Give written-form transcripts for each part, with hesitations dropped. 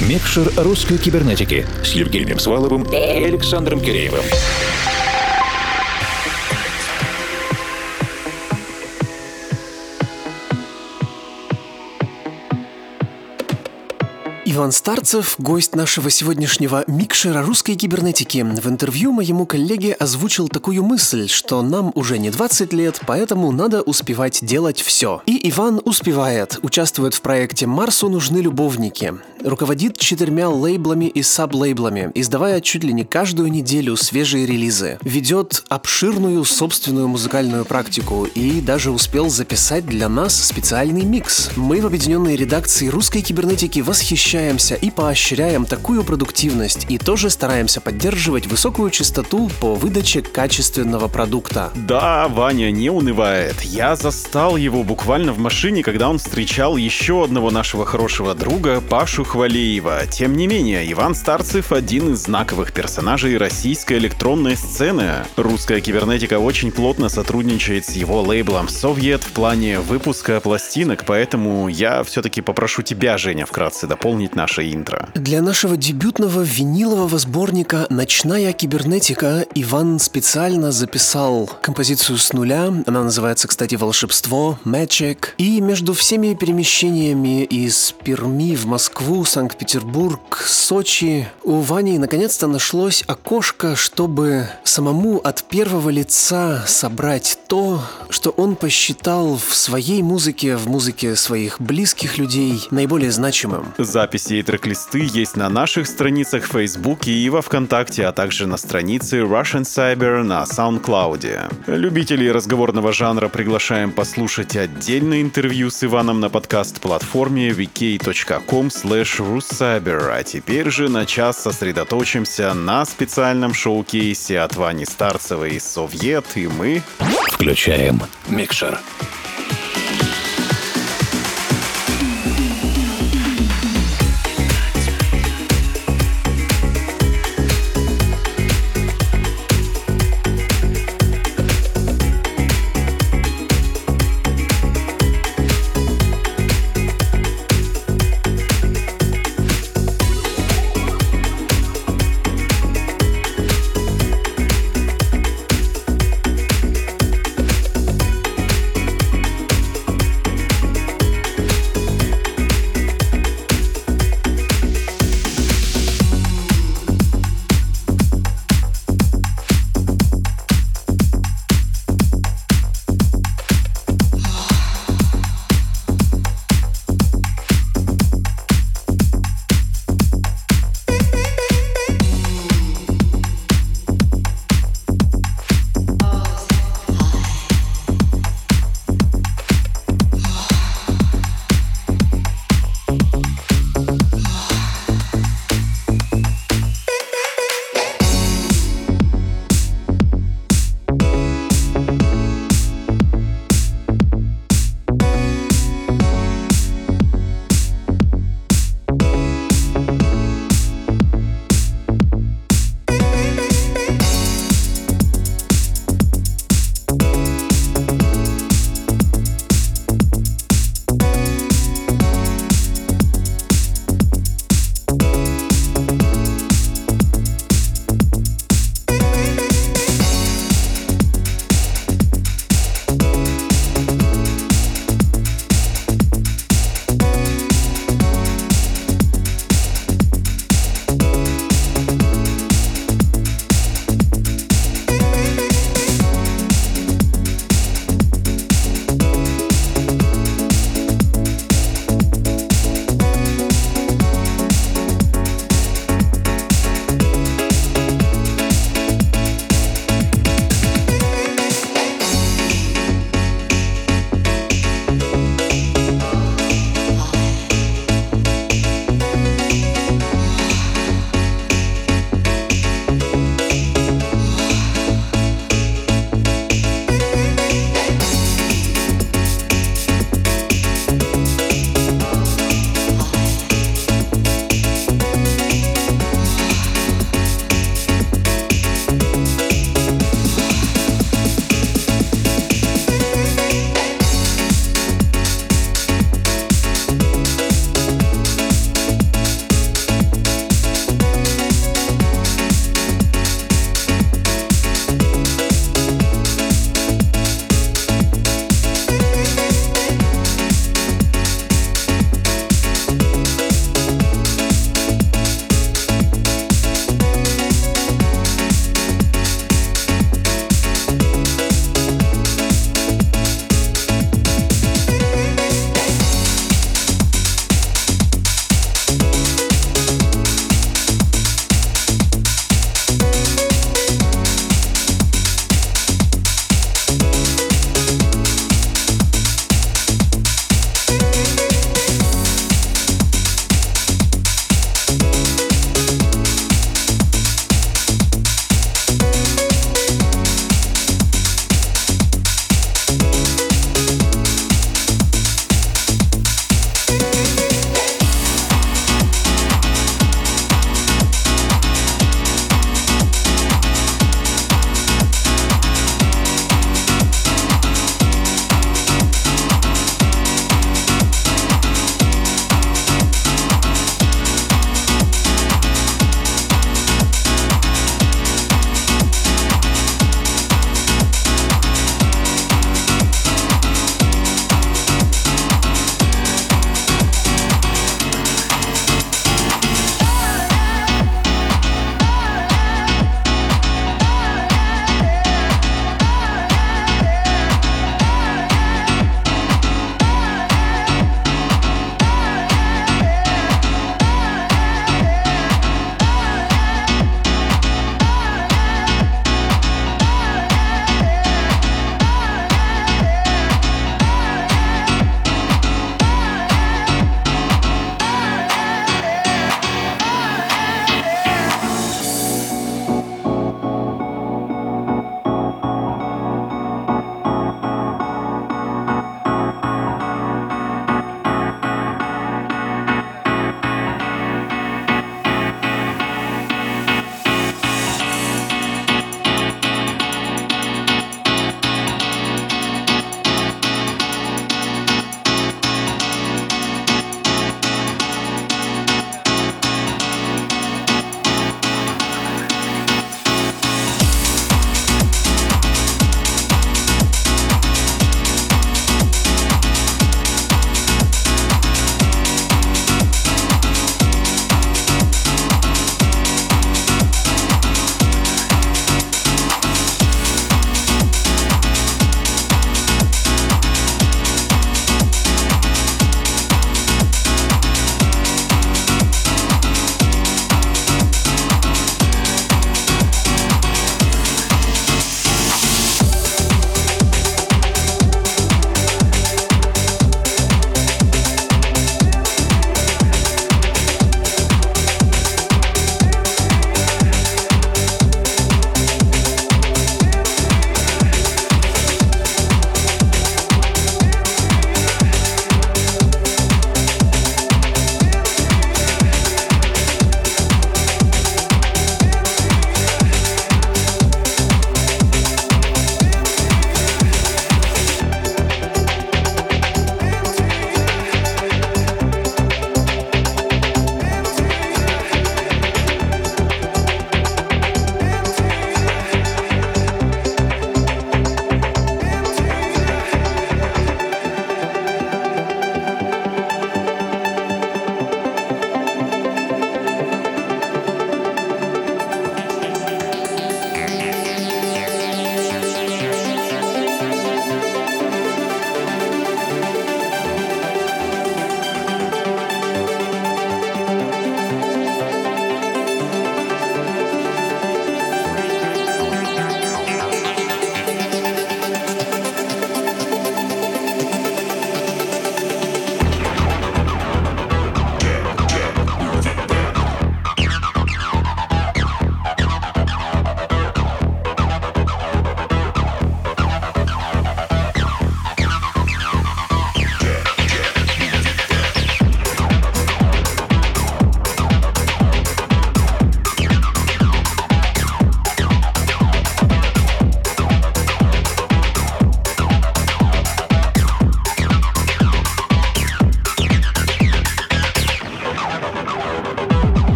Микшер русской кибернетики с Евгением Сваловым и Александром Киреевым. Иван Старцев, гость нашего сегодняшнего микшера русской кибернетики, в интервью моему коллеге озвучил такую мысль, что нам уже не 20 лет, поэтому надо успевать делать все. И Иван успевает, участвует в проекте «Марсу нужны любовники», руководит 4 лейблами и саб-лейблами, издавая чуть ли не каждую неделю свежие релизы, ведет обширную собственную музыкальную практику и даже успел записать для нас специальный микс. Мы в объединенной редакции русской кибернетики восхищаемся и поощряем такую продуктивность и тоже стараемся поддерживать высокую частоту по выдаче качественного продукта. Да, Ваня не унывает. Я застал его буквально в машине, когда он встречал еще одного нашего хорошего друга, Пашу Хвалеева. Тем не менее, Иван Старцев — один из знаковых персонажей российской электронной сцены. Русская кибернетика очень плотно сотрудничает с его лейблом Soviet в плане выпуска пластинок, поэтому я все-таки попрошу тебя, Женя, вкратце дополнить наше интро. Для нашего дебютного винилового сборника «Ночная кибернетика» Иван специально записал композицию с нуля. Она называется, кстати, «Волшебство», «Magic». И между всеми перемещениями из Перми в Москву, Санкт-Петербург, Сочи у Вани наконец-то нашлось окошко, чтобы самому от первого лица собрать то, что он посчитал в своей музыке, в музыке своих близких людей наиболее значимым. Записи и трек-листы есть на наших страницах в Фейсбуке и во Вконтакте, а также на странице Russian Cyber на SoundCloud. Любителей разговорного жанра приглашаем послушать отдельное интервью с Иваном на подкаст-платформе vk.com/russcyber. А теперь же на час сосредоточимся на специальном шоу-кейсе от Вани Старцевой из Soviet, и мы включаем микшер.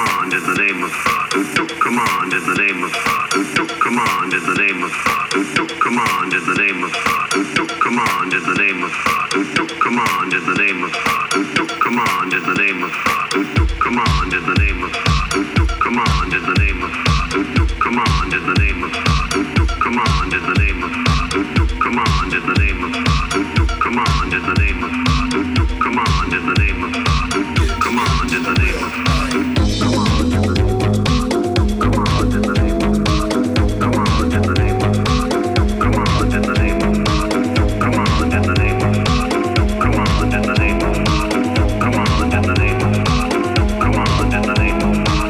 command in the name of who took command in the name of who took command in the name of who took command in the name of who took command in the name of who took command in the name of who took command in the name of who took command in the name of who took command in the name of who took command in the name of who took command in the name of who took command in the name of who took command in the name of who took command in the name of who took command in the name of who took command in the name of command in the name of command in the name of command in the name of command in the name of command in the name of command in the name of command in the name of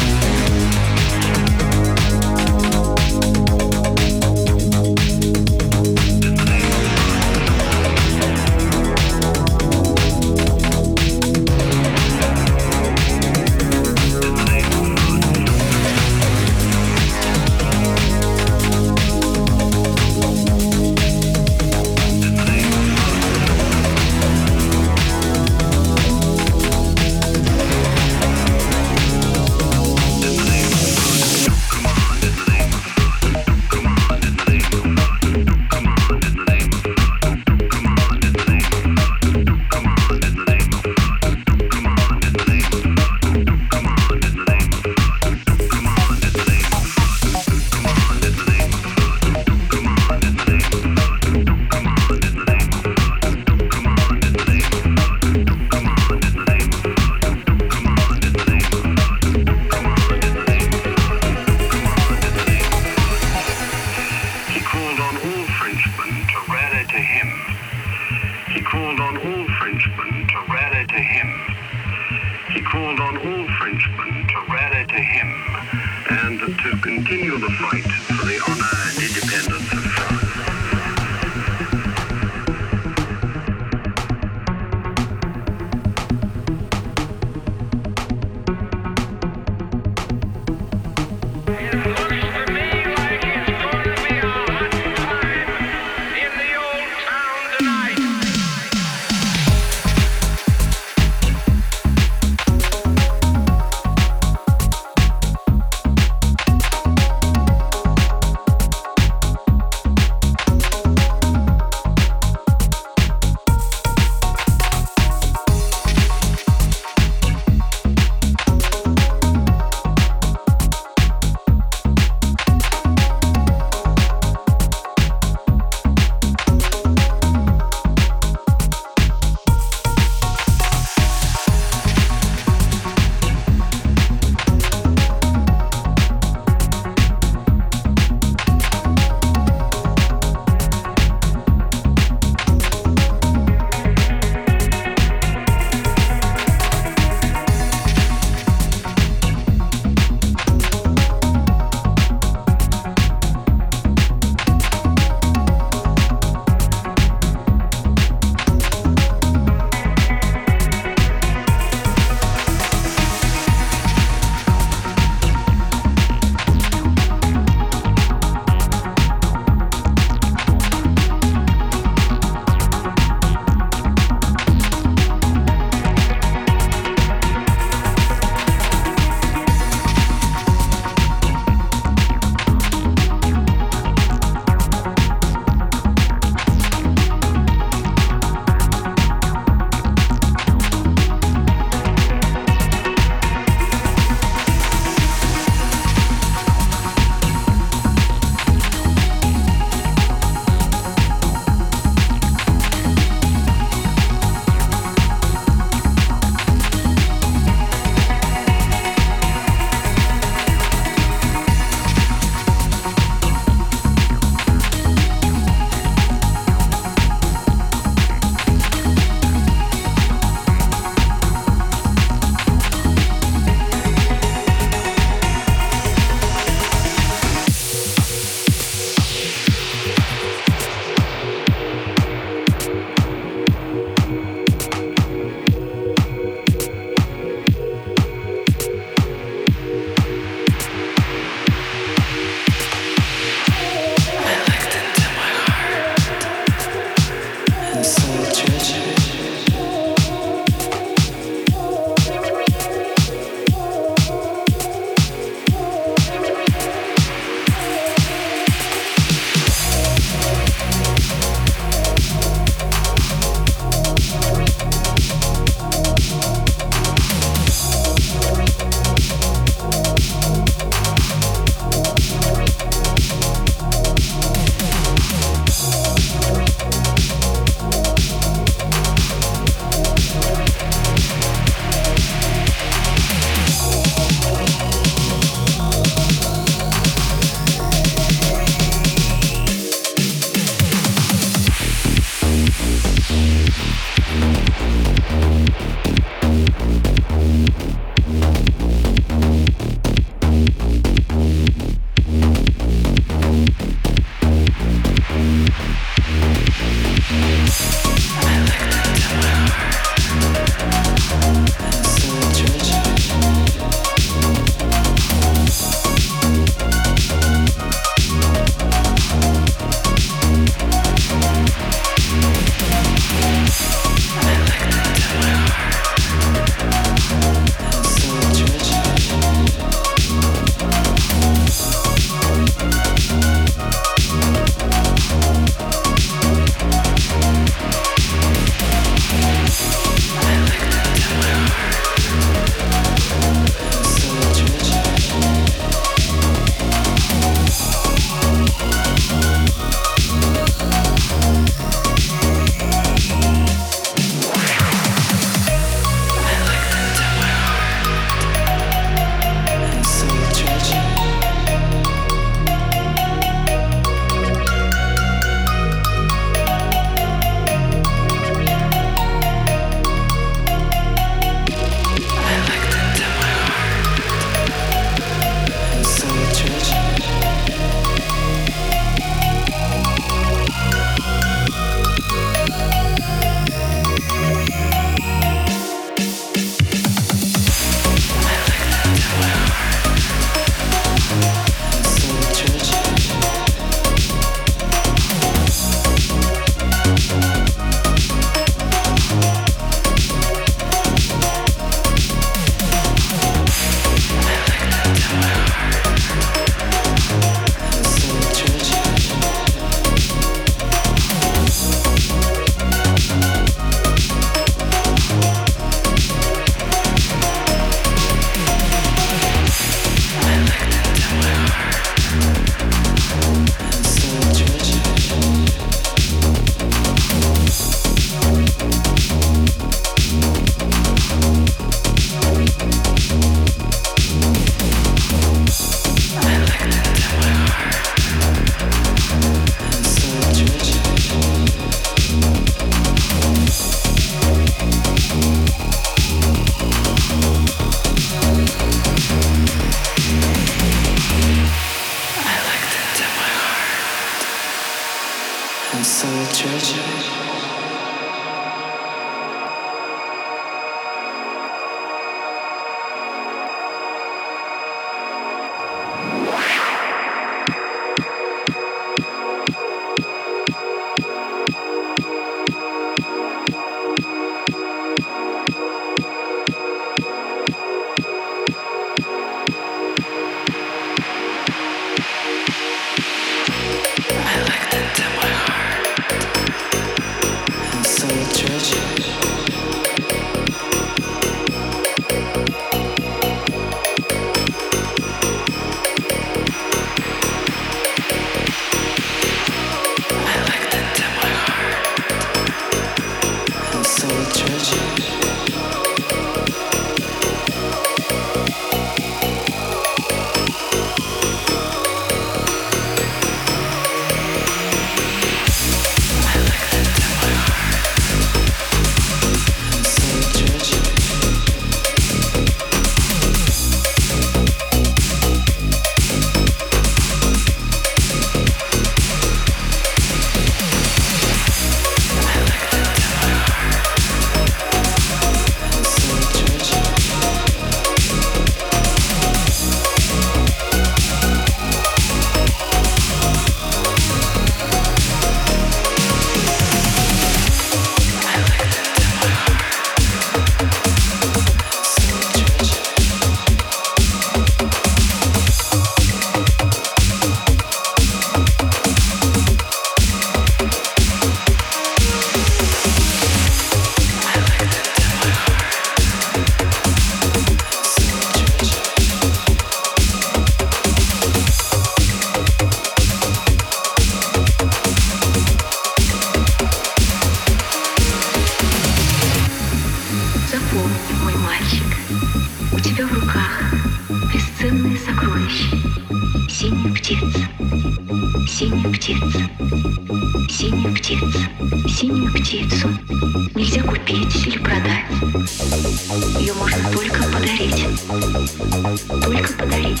синюю птицу нельзя купить или продать. Ее можно только подарить. Только подарить.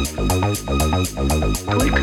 Только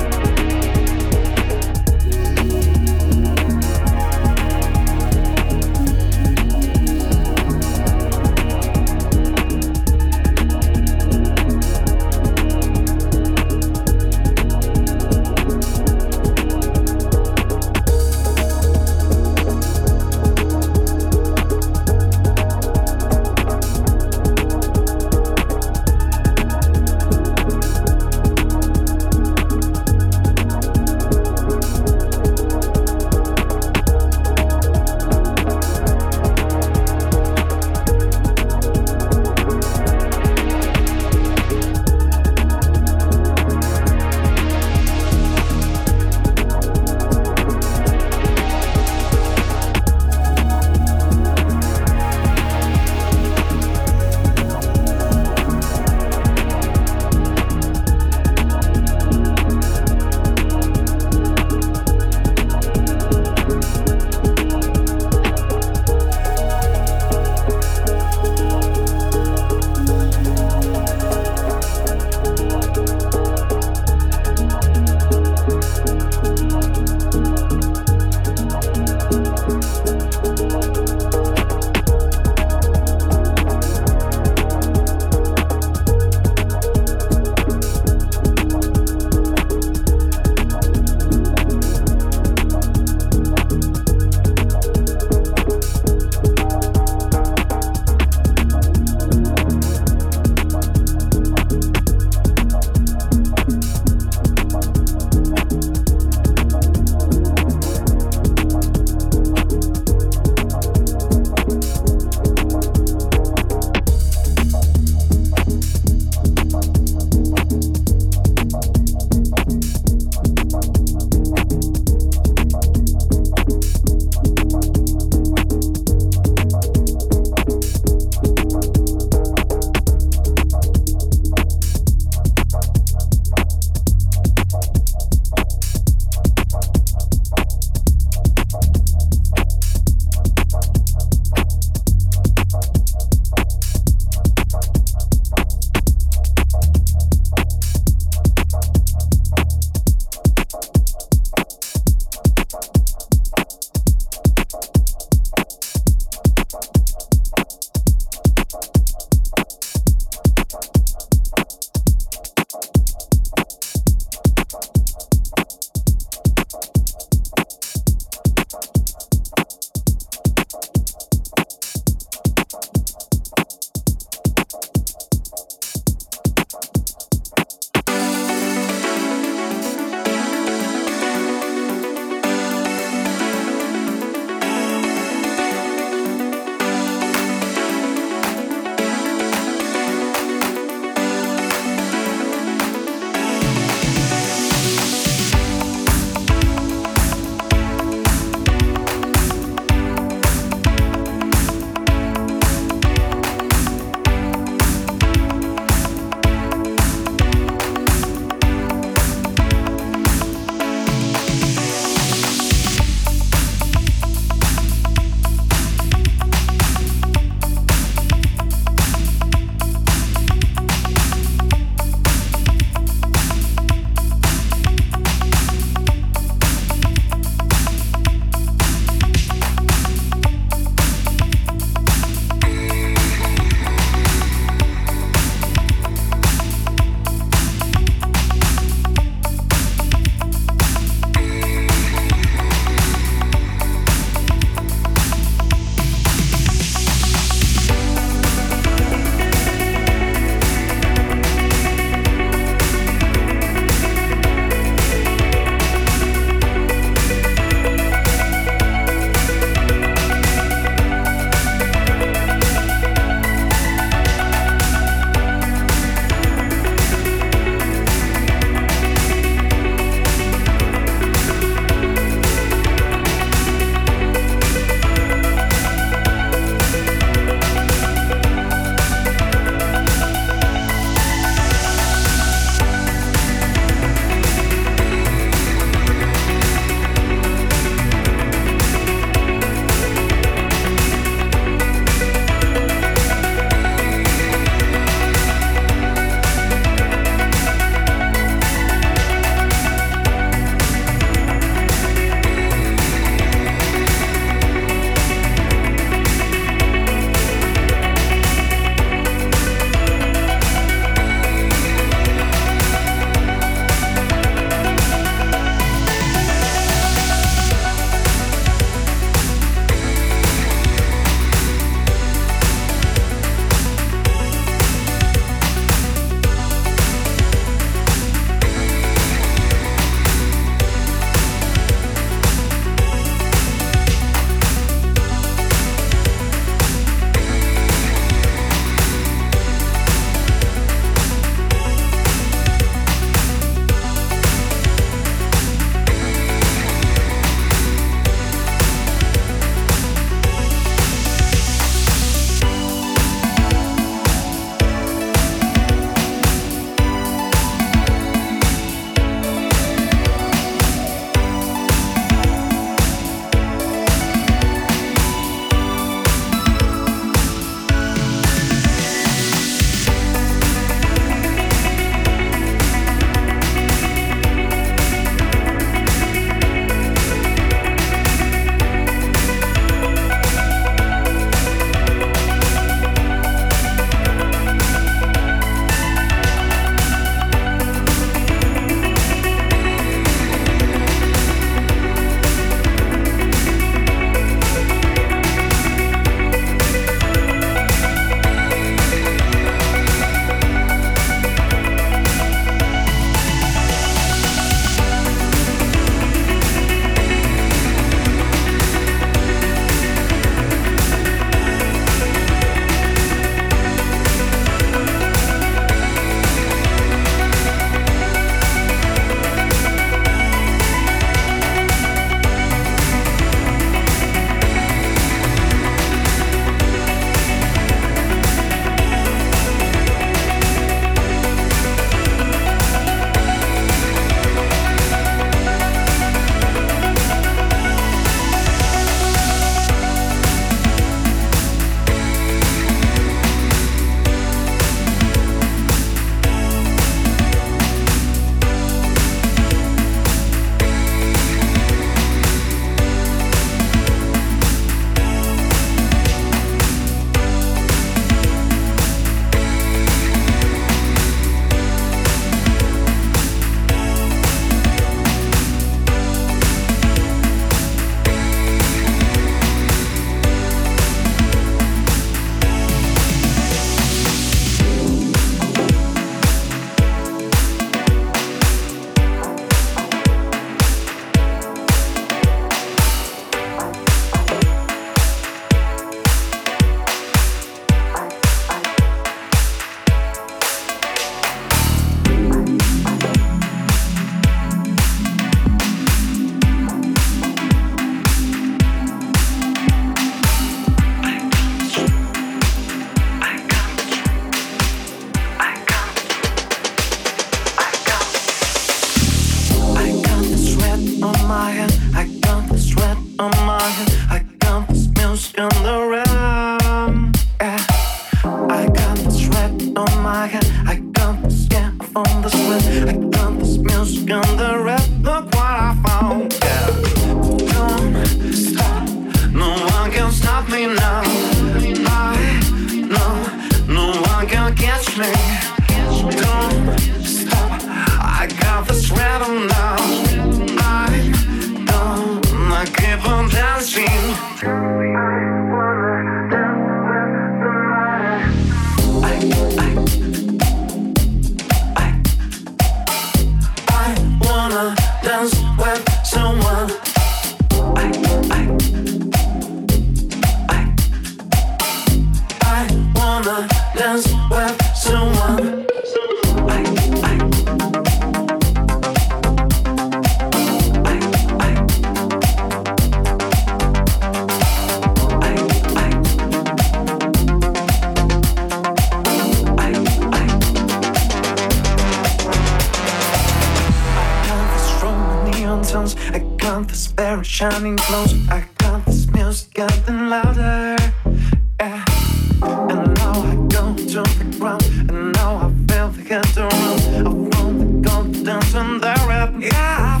very shining close. I got this music getting louder, yeah. And now I go to the ground, and now I feel the head to run. I want the confidence and the rap, yeah.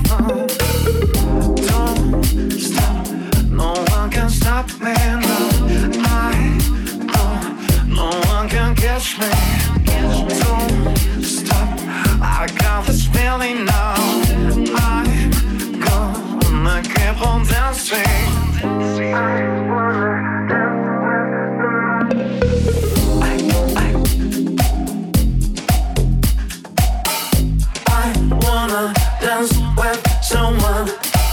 Don't stop, no one can stop me, no. No one can catch me. Don't stop, I got this feeling now. I'm gonna keep on dancing. I wanna dance with someone.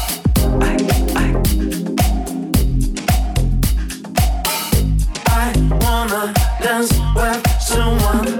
I wanna dance with someone.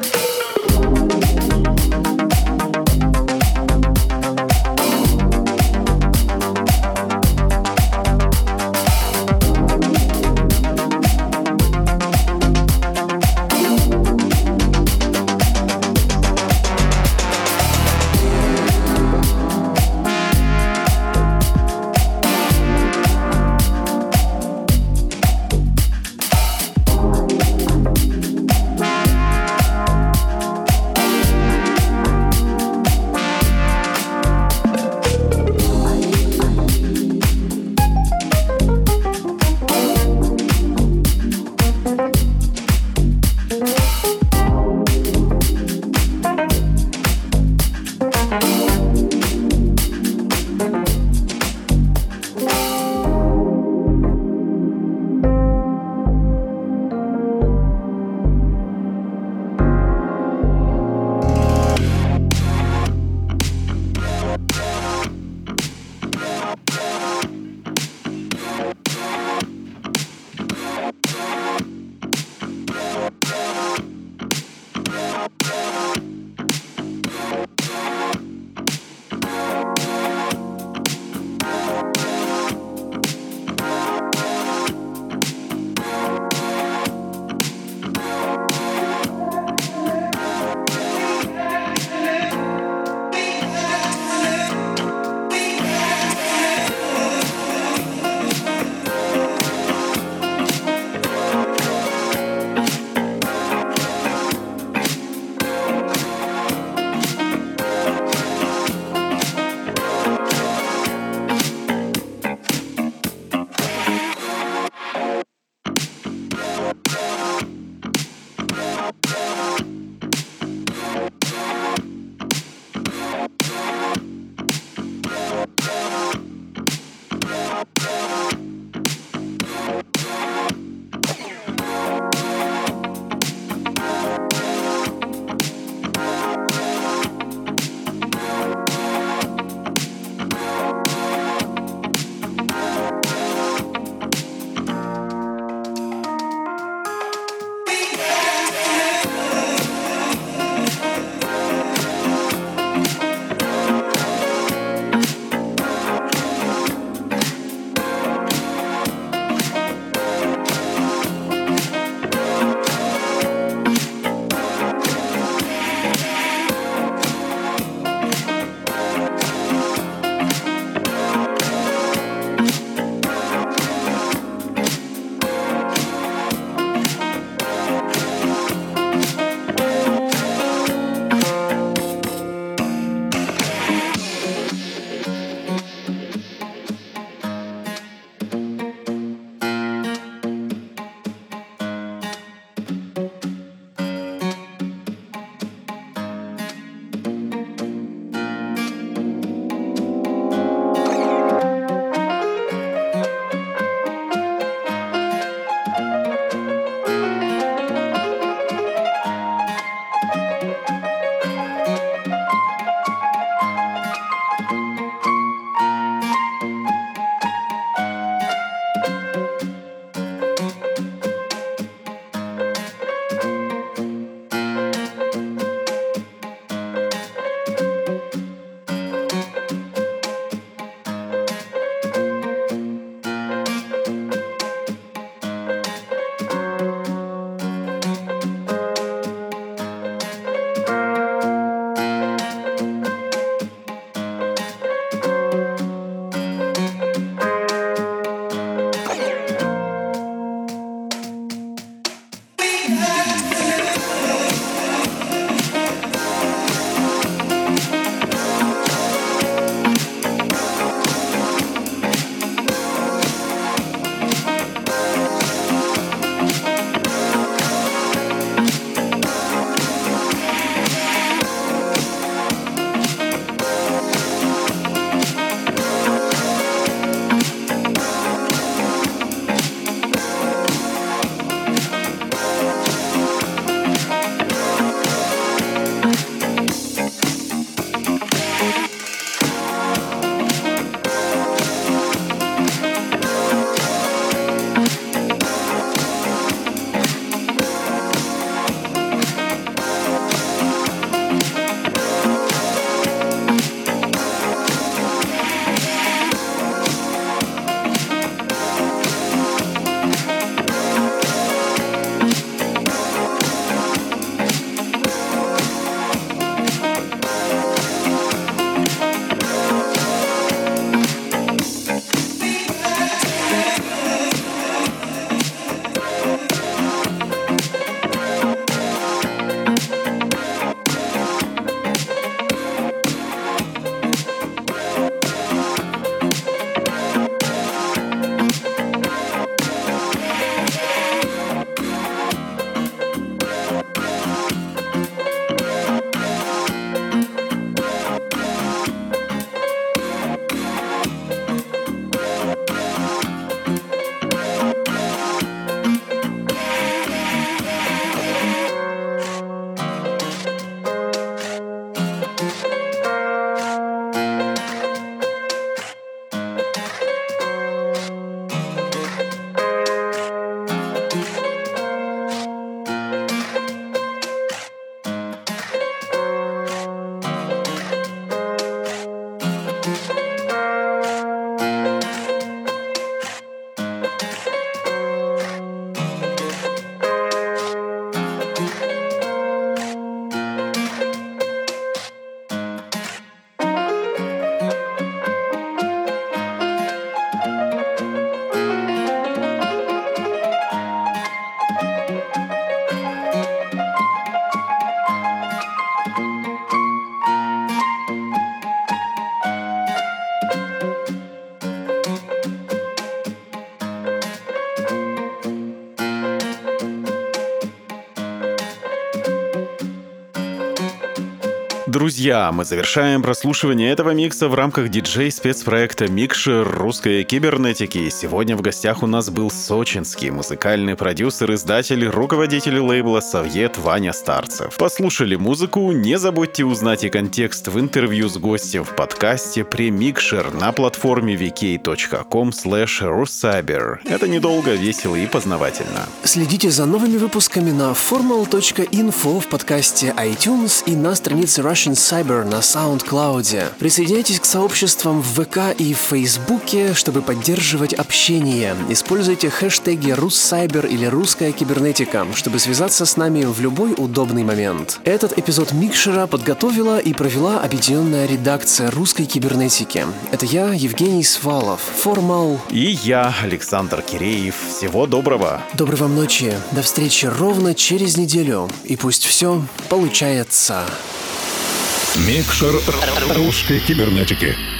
Друзья, мы завершаем прослушивание этого микса в рамках диджей-спецпроекта «Микшер русской кибернетики». Сегодня в гостях у нас был сочинский музыкальный продюсер, издатель, руководитель лейбла «Совет» Ваня Старцев. Послушали музыку? Не забудьте узнать и контекст в интервью с гостем в подкасте «Премикшер» на платформе vk.com/russcyber. Это недолго, весело и познавательно. Следите за новыми выпусками на formal.info в подкасте iTunes и на странице Russian Cyber на SoundCloud. Присоединяйтесь к сообществам в ВК и в Фейсбуке, чтобы поддерживать общение. Используйте хэштеги «Руссайбер» или «Русская кибернетика», чтобы связаться с нами в любой удобный момент. Этот эпизод Микшера подготовила и провела объединенная редакция русской кибернетики. Это я, Евгений Свалов, Формал. И я, Александр Киреев. Всего доброго. Доброй вам ночи. До встречи ровно через неделю. И пусть все получается. Микшер русской кибернетики.